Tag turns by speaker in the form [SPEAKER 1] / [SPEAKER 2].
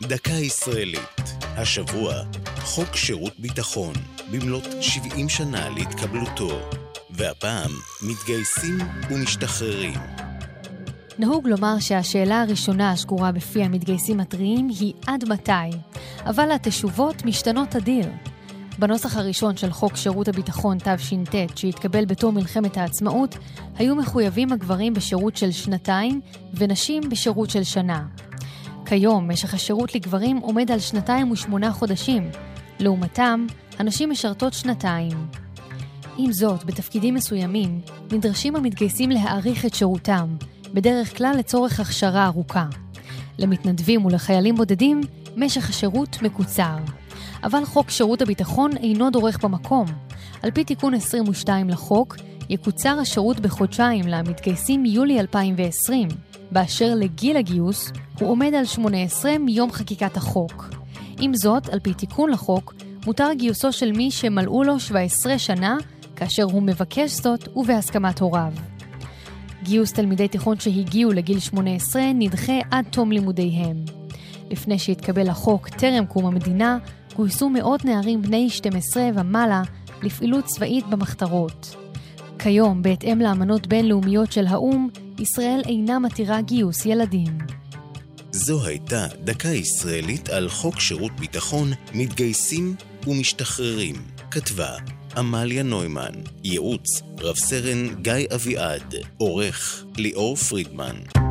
[SPEAKER 1] דקה ישראלית. השבוע, חוק שירות ביטחון, במלאת 70 שנה להתקבלותו. והפעם, מתגייסים ומשתחררים.
[SPEAKER 2] נהוג לומר שהשאלה הראשונה השגורה בפי המתגייסים הטריים היא עד מתי, אבל התשובות משתנות תדיר. בנוסח הראשון של חוק שירות הביטחון תש"ט שהתקבל בתום מלחמת העצמאות, היו מחויבים הגברים בשירות של 2 ונשים בשירות של שנה. כיום משך השירות לגברים עומד על 2 ו8 חודשים, לעומתם הנשים משרתות 2. עם זאת, בתפקידים מסוימים נדרשים המתגייסים להאריך את שירותם, בדרך כלל לצורך הכשרה ארוכה. למתנדבים ולחיילים בודדים משך השירות מקוצר. אבל חוק שירות הביטחון אינו דורך במקום. על פי תיקון 22 לחוק, יקוצר השירות בחודשיים למתגייסים מיולי 2020, באשר לגיל הגיוס הוא עומד על 18 מיום חקיקת החוק. עם זאת, על פי תיקון לחוק, מותר גיוסו של מי שמלאו לו 17 שנה, כאשר הוא מבקש זאת ובהסכמת הוריו. גיוס תלמידי תיכון שהגיעו לגיל 18 נדחה עד תום לימודיהם. לפני שהתקבל החוק טרם קום המדינה, גויסו מאות נערים בני 12 ומעלה לפעילות צבאית במחתרות. כיום, בהתאם לאמנות בינלאומיות של האו"ם, ישראל אינה מתירה גיוס ילדים.
[SPEAKER 1] זו הייתה דקה ישראלית על חוק שירות ביטחון, מתגייסים ומשתחררים. כתבה אמליה נוימן, ייעוץ רב סרן גיא אביעד, עורך ליאור פרידמן.